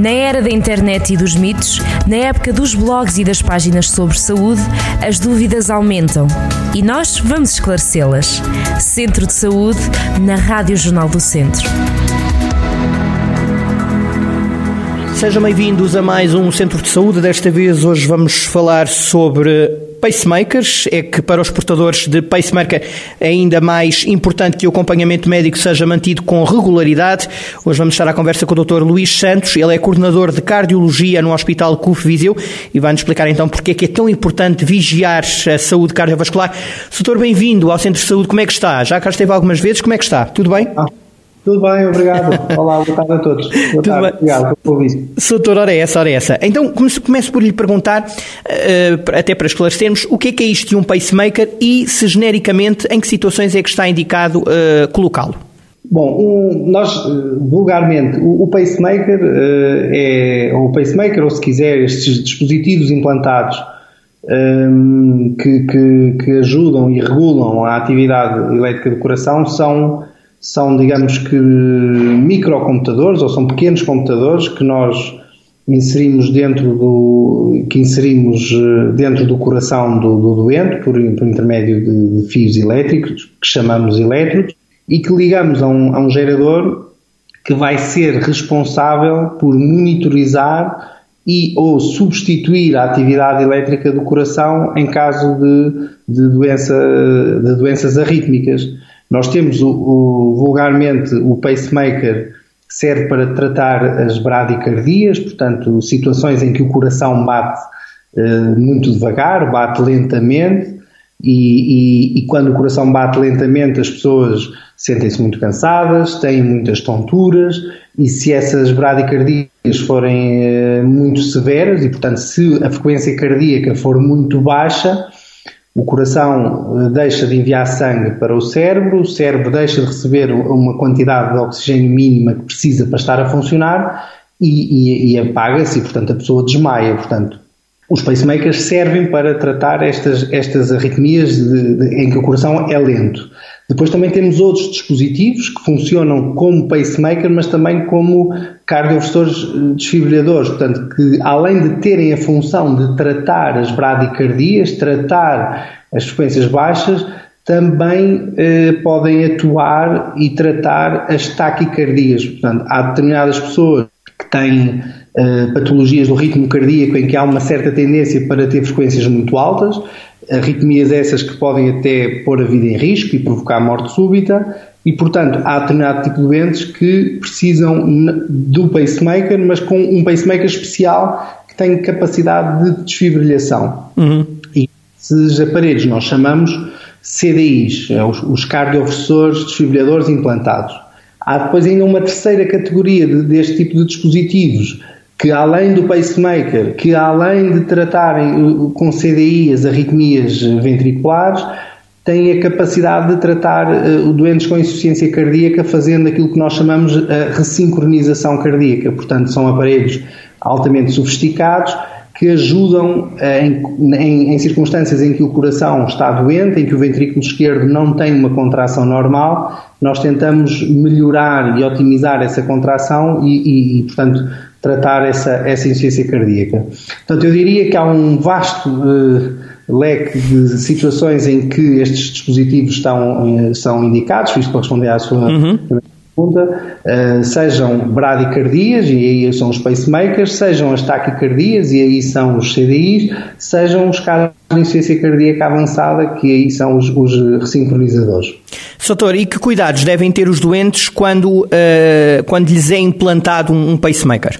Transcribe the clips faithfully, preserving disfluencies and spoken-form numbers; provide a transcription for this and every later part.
Na era da internet e dos mitos, na época dos blogs e das páginas sobre saúde, as dúvidas aumentam. E nós vamos esclarecê-las. Centro de Saúde, na Rádio Jornal do Centro. Sejam bem-vindos a mais um Centro de Saúde. Desta vez, hoje vamos falar sobre pacemakers. É que para os portadores de pacemaker é ainda mais importante que o acompanhamento médico seja mantido com regularidade. Hoje vamos estar à conversa com o doutor Luís Santos. Ele é coordenador de cardiologia no Hospital C U F Viseu e vai-nos explicar então porque é que é tão importante vigiar a saúde cardiovascular. doutor, bem-vindo ao Centro de Saúde. Como é que está? Já cá esteve algumas vezes. Como é que está? Tudo bem? Ah. Tudo bem, obrigado. Olá, boa tarde a todos. Boa tarde, obrigado pelo convite. Doutor, ora é essa, ora é essa. Então, começo, começo por lhe perguntar, uh, até para esclarecermos, o que é que é isto de um pacemaker e, se genericamente, em que situações é que está indicado uh, colocá-lo? Bom, um, nós, vulgarmente, o, o pacemaker uh, é, ou o pacemaker, ou se quiser, estes dispositivos implantados um, que, que, que ajudam e regulam a atividade elétrica do coração são... são, digamos que, microcomputadores, ou são pequenos computadores que nós inserimos dentro do, que inserimos dentro do coração do, do doente, por, por intermédio de, de fios elétricos, que chamamos elétrodos, e que ligamos a um, a um gerador que vai ser responsável por monitorizar e ou substituir a atividade elétrica do coração em caso de, de, doença, de doenças arrítmicas. Nós temos, o, o, vulgarmente, o pacemaker que serve para tratar as bradicardias, portanto, situações em que o coração bate eh, muito devagar, bate lentamente, e, e, e quando o coração bate lentamente as pessoas sentem-se muito cansadas, têm muitas tonturas, e se essas bradicardias forem eh, muito severas, e portanto se a frequência cardíaca for muito baixa, o coração deixa de enviar sangue para o cérebro, o cérebro deixa de receber uma quantidade de oxigênio mínima que precisa para estar a funcionar e, e, e apaga-se e, portanto, a pessoa desmaia. Portanto, os pacemakers servem para tratar estas, estas arritmias de, de, em que o coração é lento. Depois também temos outros dispositivos que funcionam como pacemaker, mas também como cardioversores desfibrilhadores, portanto, que além de terem a função de tratar as bradicardias, tratar as frequências baixas, também eh, podem atuar e tratar as taquicardias. Portanto, há determinadas pessoas que têm eh, patologias do ritmo cardíaco em que há uma certa tendência para ter frequências muito altas, arritmias essas que podem até pôr a vida em risco e provocar morte súbita, e portanto há determinado tipo de doentes que precisam do pacemaker, mas com um pacemaker especial que tem capacidade de desfibrilhação. Uhum. E esses aparelhos nós chamamos C D Is, os, os cardioversores desfibrilhadores implantados. Há depois ainda uma terceira categoria de, deste tipo de dispositivos, que além do pacemaker, que além de tratarem com C D I as arritmias ventriculares, têm a capacidade de tratar uh, doentes com insuficiência cardíaca, fazendo aquilo que nós chamamos a ressincronização cardíaca. Portanto, são aparelhos altamente sofisticados que ajudam uh, em, em, em circunstâncias em que o coração está doente, em que o ventrículo esquerdo não tem uma contração normal, nós tentamos melhorar e otimizar essa contração e, e, e portanto, tratar essa, essa insuficiência cardíaca. Portanto, eu diria que há um vasto uh, leque de situações em que estes dispositivos estão, uh, são indicados, isto para responder à sua uhum. pergunta, uh, sejam bradicardias, e aí são os pacemakers, sejam as taquicardias, e aí são os C D Is, sejam os casos de insuficiência cardíaca avançada, que aí são os, os ressincronizadores. Doutor, e que cuidados devem ter os doentes quando, uh, quando lhes é implantado um, um pacemaker?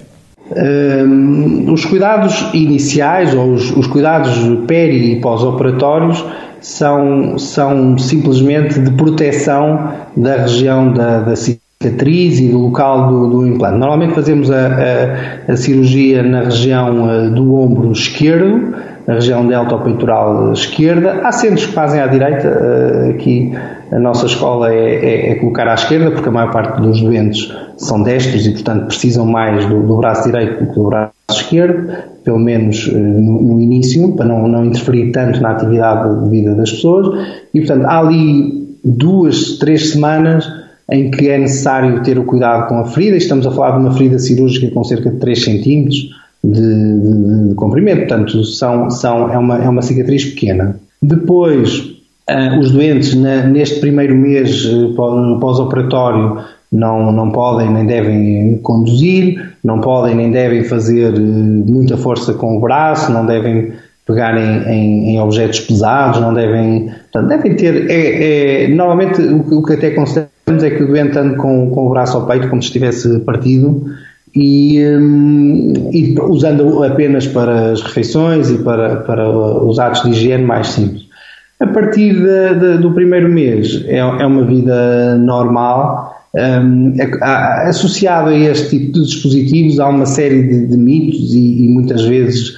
Um, os cuidados iniciais, ou os, os cuidados peri e pós-operatórios, são, são simplesmente de proteção da região da, da cicatriz e do local do, do implante. Normalmente fazemos a, a, a cirurgia na região uh, do ombro esquerdo, na região deltopeitoral esquerda. Há centros que fazem à direita, uh, aqui a nossa escola é, é, é colocar à esquerda, porque a maior parte dos doentes são destros e, portanto, precisam mais do, do braço direito do que do braço esquerdo, pelo menos uh, no, no início, para não, não interferir tanto na atividade de vida das pessoas. E, portanto, há ali duas, três semanas em que é necessário ter o cuidado com a ferida. Estamos a falar de uma ferida cirúrgica com cerca de três centímetros de, de, de comprimento, portanto são, são, é, uma, é uma cicatriz pequena. Depois, uh, os doentes na, neste primeiro mês uh, pós-operatório não, não podem nem devem conduzir, não podem nem devem fazer uh, muita força com o braço, não devem pegar em, em, em objetos pesados, não devem, portanto, devem ter, é, é, normalmente o, o que até consideramos é que o doente ande com, com o braço ao peito como se estivesse partido e, um, e usando apenas para as refeições e para, para os atos de higiene mais simples. A partir de, de, do primeiro mês é, é uma vida normal. Um, a, a, associado a este tipo de dispositivos há uma série de, de mitos e, e muitas vezes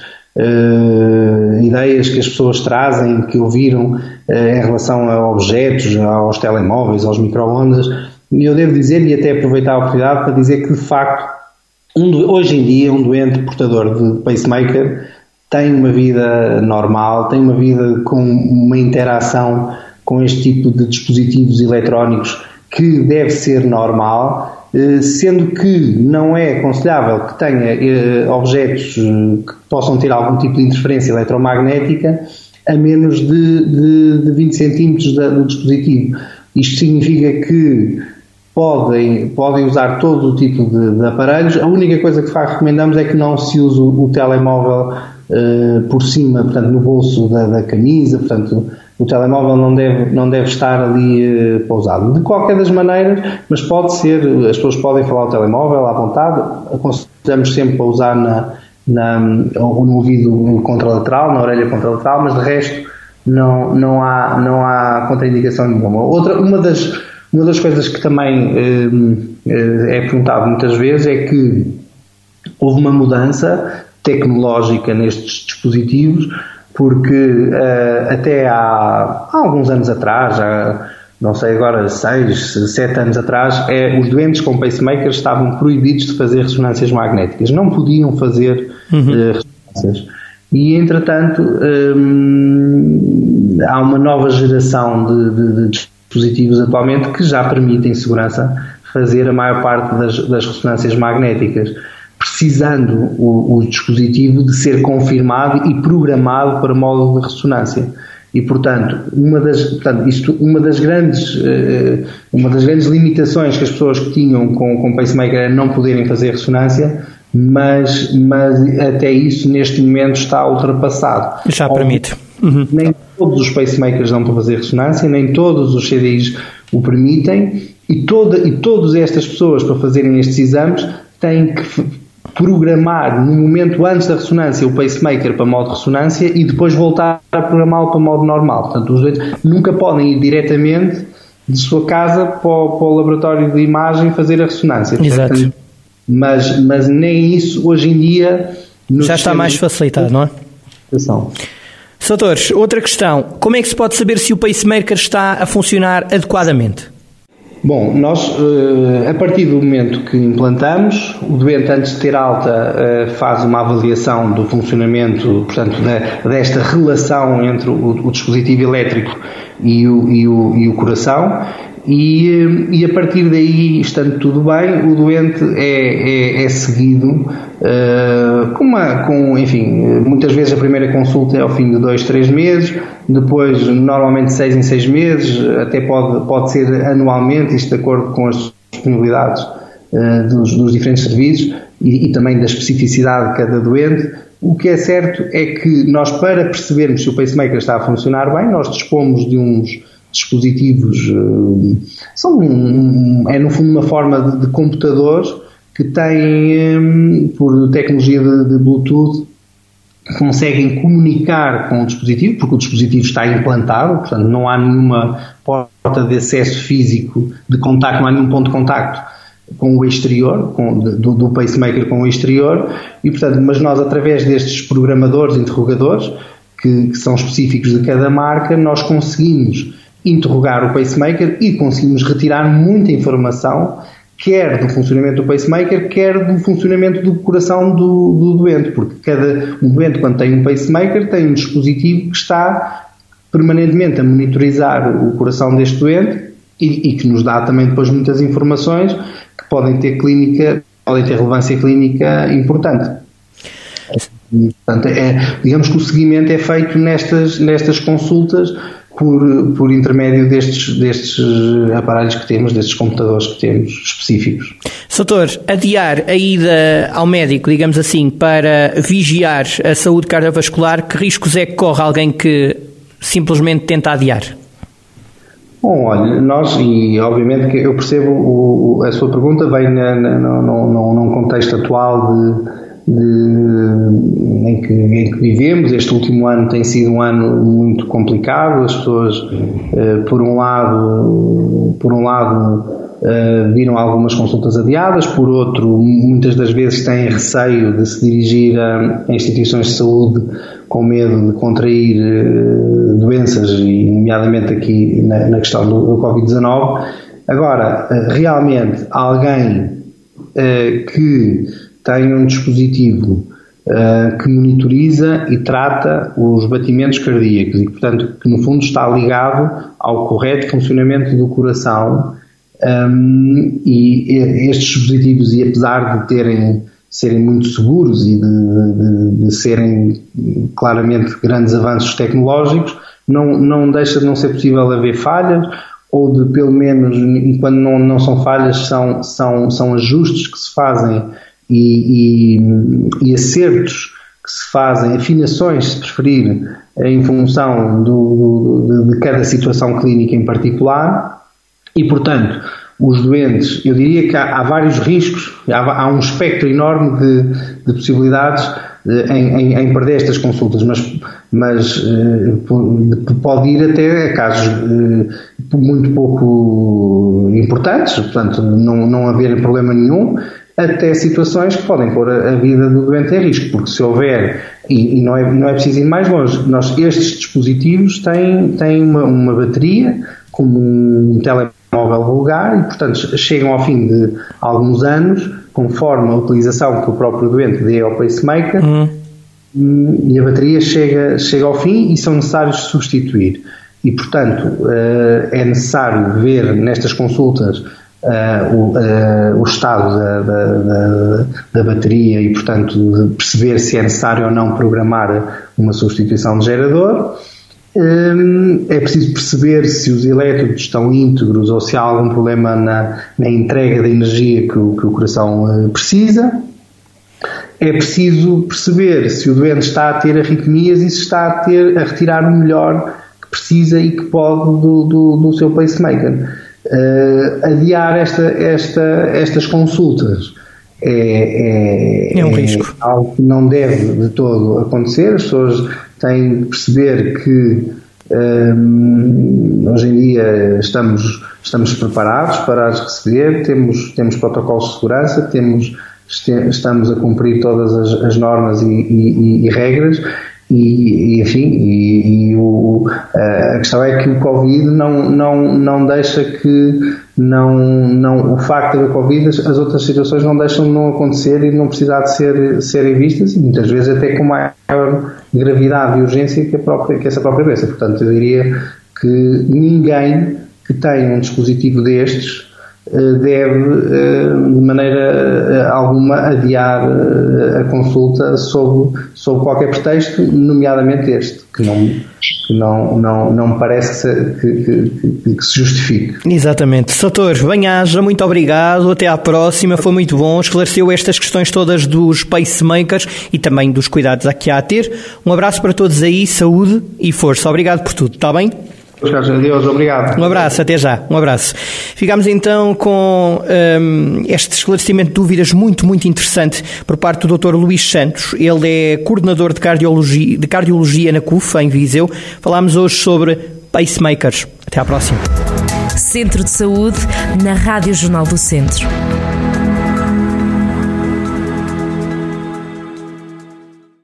Uh, ideias que as pessoas trazem, que ouviram uh, em relação a objetos, aos telemóveis, aos micro-ondas, e eu devo dizer, e até aproveitar a oportunidade para dizer que de facto um do, hoje em dia um doente portador de pacemaker tem uma vida normal, tem uma vida com uma interação com este tipo de dispositivos eletrónicos que deve ser normal, sendo que não é aconselhável que tenha eh, objetos que possam ter algum tipo de interferência eletromagnética a menos de, de, de vinte centímetros da, do dispositivo. Isto significa que podem, podem usar todo o tipo de, de aparelhos. A única coisa que faz, recomendamos é que não se use o, o telemóvel eh, por cima, portanto no bolso da, da camisa, portanto o telemóvel não deve, não deve estar ali uh, pousado. De qualquer das maneiras, mas pode ser, as pessoas podem falar o telemóvel à vontade, aconselhamos sempre a usar na, na, no ouvido contralateral, na orelha contralateral, mas de resto não, não, há, não há contraindicação nenhuma. Outra, uma, das, uma das coisas que também uh, é perguntado muitas vezes é que houve uma mudança tecnológica nestes dispositivos, porque uh, até há, há alguns anos atrás, já, não sei agora, seis, sete anos atrás, é, os doentes com pacemakers estavam proibidos de fazer ressonâncias magnéticas, não podiam fazer uhum. uh, ressonâncias. E, entretanto, um, há uma nova geração de, de, de dispositivos atualmente que já permitem em segurança fazer a maior parte das, das ressonâncias magnéticas, precisando o, o dispositivo de ser confirmado e programado para módulo de ressonância. E, portanto, uma das, portanto, isto, uma das grandes, uma das grandes limitações que as pessoas que tinham com, com pacemaker era não poderem fazer ressonância, mas, mas até isso neste momento está ultrapassado. Já permite. Uhum. Nem todos os pacemakers dão para fazer ressonância, nem todos os C D Is o permitem, e, toda, e todas estas pessoas para fazerem estes exames têm que programar no momento antes da ressonância o pacemaker para modo de ressonância e depois voltar a programá-lo para modo normal. Portanto, os dois nunca podem ir diretamente de sua casa para o, para o laboratório de imagem fazer a ressonância. Exato. Mas, mas nem isso hoje em dia já está mais facilitado, não é? Doutores, outra questão: como é que se pode saber se o pacemaker está a funcionar adequadamente? Bom, nós, a partir do momento que implantamos, o doente, antes de ter alta, faz uma avaliação do funcionamento, portanto, desta relação entre o dispositivo elétrico e o, e o, e o coração, e, e a partir daí, estando tudo bem, o doente é, é, é seguido uh, com uma, com, enfim, muitas vezes a primeira consulta é ao fim de dois, três meses, depois normalmente seis em seis meses, até pode, pode ser anualmente, isto de acordo com as disponibilidades uh, dos, dos diferentes serviços e, e também da especificidade de cada doente. O que é certo é que nós, para percebermos se o pacemaker está a funcionar bem, nós dispomos de uns dispositivos, são, é no fundo uma forma de, de computadores que têm, por tecnologia de, de Bluetooth, conseguem comunicar com o dispositivo, porque o dispositivo está implantado, portanto não há nenhuma porta de acesso físico, de contacto, não há nenhum ponto de contacto com o exterior, com, do, do pacemaker com o exterior, e portanto, mas nós, através destes programadores, interrogadores, que, que são específicos de cada marca, nós conseguimos interrogar o pacemaker e conseguimos retirar muita informação, quer do funcionamento do pacemaker, quer do funcionamento do coração do, do doente, porque cada um doente, quando tem um pacemaker, tem um dispositivo que está permanentemente a monitorizar o coração deste doente e, e que nos dá também depois muitas informações que podem ter clínica, podem ter relevância clínica importante. Portanto, é, digamos que o seguimento é feito nestas, nestas consultas por, por intermédio destes, destes aparelhos que temos, destes computadores que temos específicos. Doutor, adiar a ida ao médico, digamos assim, para vigiar a saúde cardiovascular, que riscos é que corre alguém que simplesmente tenta adiar? Bom, olha, nós, e obviamente que eu percebo o, a sua pergunta, vem na, na, no, no, num contexto atual de De, em, que, em que vivemos. Este último ano tem sido um ano muito complicado. As pessoas, uh, por um lado, por um lado uh, viram algumas consultas adiadas, por outro, muitas das vezes têm receio de se dirigir a, a instituições de saúde com medo de contrair uh, doenças, e nomeadamente aqui na, na questão do, do covid dezanove. Agora, uh, realmente, alguém uh, que tem um dispositivo uh, que monitoriza e trata os batimentos cardíacos e, portanto, que no fundo está ligado ao correto funcionamento do coração, um, e estes dispositivos, e apesar de terem, serem muito seguros e de, de, de serem claramente grandes avanços tecnológicos, não, não deixa de não ser possível haver falhas, ou de pelo menos, e quando não, não são falhas, são, são, são ajustes que se fazem E, e, e acertos que se fazem, afinações, se preferir, em função do, do, de cada situação clínica em particular, e, portanto, os doentes, eu diria que há, há vários riscos, há, há um espectro enorme de, de possibilidades de, em, em, em perder estas consultas, mas, mas eh, pode ir até a casos eh, muito pouco importantes, portanto, não, não haver problema nenhum, até situações que podem pôr a, a vida do doente em risco, porque se houver, e, e não, é, não é preciso ir mais longe, nós, estes dispositivos têm, têm uma, uma bateria como um telemóvel vulgar, e portanto chegam ao fim de alguns anos, conforme a utilização que o próprio doente dê ao pacemaker, uhum. e a bateria chega, chega ao fim e são necessários substituir. E portanto é necessário ver nestas consultas Uh, o, uh, o estado da, da, da, da bateria e, portanto, de perceber se é necessário ou não programar uma substituição de gerador. Um, é preciso perceber se os elétrodos estão íntegros ou se há algum problema na, na entrega da energia que o, que o coração uh, precisa. É preciso perceber se o doente está a ter arritmias e se está a, ter, a retirar o melhor que precisa e que pode do, do, do seu pacemaker. Uh, adiar esta, esta, estas consultas é, é, é um risco. É algo que não deve de todo acontecer. As pessoas têm de perceber que um, hoje em dia estamos, estamos preparados para as receber, temos, temos protocolos de segurança, temos, estamos a cumprir todas as, as normas e, e, e regras. E, e enfim, e, e o, a questão é que o Covid não, não, não deixa que não, não, o facto de haver Covid, as, as outras situações não deixam de não acontecer e de não precisar de ser, serem vistas, e muitas vezes até com maior gravidade e urgência que, a própria, que essa própria doença. Portanto, eu diria que ninguém que tenha um dispositivo destes deve, de maneira alguma, adiar a consulta sob, sob qualquer pretexto, nomeadamente este, que não, que não, não, não me parece que, que, que, que se justifique. Exatamente. Doutor, bem-aja, muito obrigado, até à próxima, foi muito bom, esclareceu estas questões todas dos pacemakers e também dos cuidados a que há a ter. Um abraço para todos aí, saúde e força. Obrigado por tudo, está bem? Adeus, obrigado. Um abraço, até já, um abraço. Ficamos então com um, este esclarecimento de dúvidas muito, muito interessante por parte do doutor Luís Santos. Ele é coordenador de cardiologia, de cardiologia na C U F, em Viseu. Falámos hoje sobre pacemakers. Até à próxima. Centro de Saúde, na Rádio Jornal do Centro.